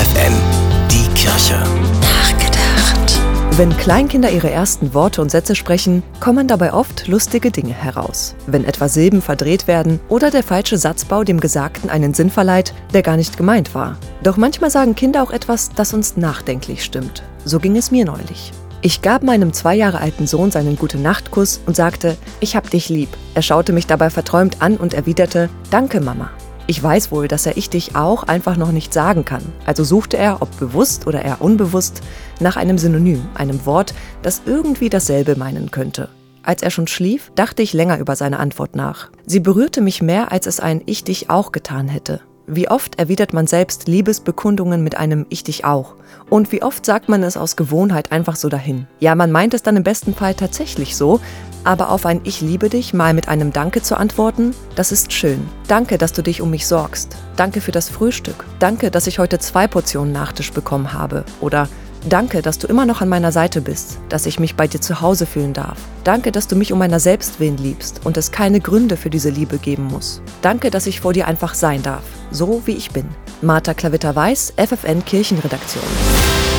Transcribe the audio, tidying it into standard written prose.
FFN, die Kirche. Nachgedacht. Wenn Kleinkinder ihre ersten Worte und Sätze sprechen, kommen dabei oft lustige Dinge heraus. Wenn etwa Silben verdreht werden oder der falsche Satzbau dem Gesagten einen Sinn verleiht, der gar nicht gemeint war. Doch manchmal sagen Kinder auch etwas, das uns nachdenklich stimmt. So ging es mir neulich. Ich gab meinem 2 Jahre alten Sohn seinen Gute-Nacht-Kuss und sagte, ich hab dich lieb. Er schaute mich dabei verträumt an und erwiderte, danke Mama. Ich weiß wohl, dass er ich dich auch einfach noch nicht sagen kann. Also suchte er, ob bewusst oder eher unbewusst, nach einem Synonym, einem Wort, das irgendwie dasselbe meinen könnte. Als er schon schlief, dachte ich länger über seine Antwort nach. Sie berührte mich mehr, als es ein Ich dich auch getan hätte. Wie oft erwidert man selbst Liebesbekundungen mit einem Ich dich auch? Und wie oft sagt man es aus Gewohnheit einfach so dahin? Ja, man meint es dann im besten Fall tatsächlich so, aber auf ein Ich liebe dich mal mit einem Danke zu antworten, das ist schön. Danke, dass du dich um mich sorgst. Danke für das Frühstück. Danke, dass ich heute 2 Portionen Nachtisch bekommen habe. Oder danke, dass du immer noch an meiner Seite bist, dass ich mich bei dir zu Hause fühlen darf. Danke, dass du mich um meiner selbst willen liebst und es keine Gründe für diese Liebe geben muss. Danke, dass ich vor dir einfach sein darf, so wie ich bin. Martha Klavitter-Weiß, FFN Kirchenredaktion.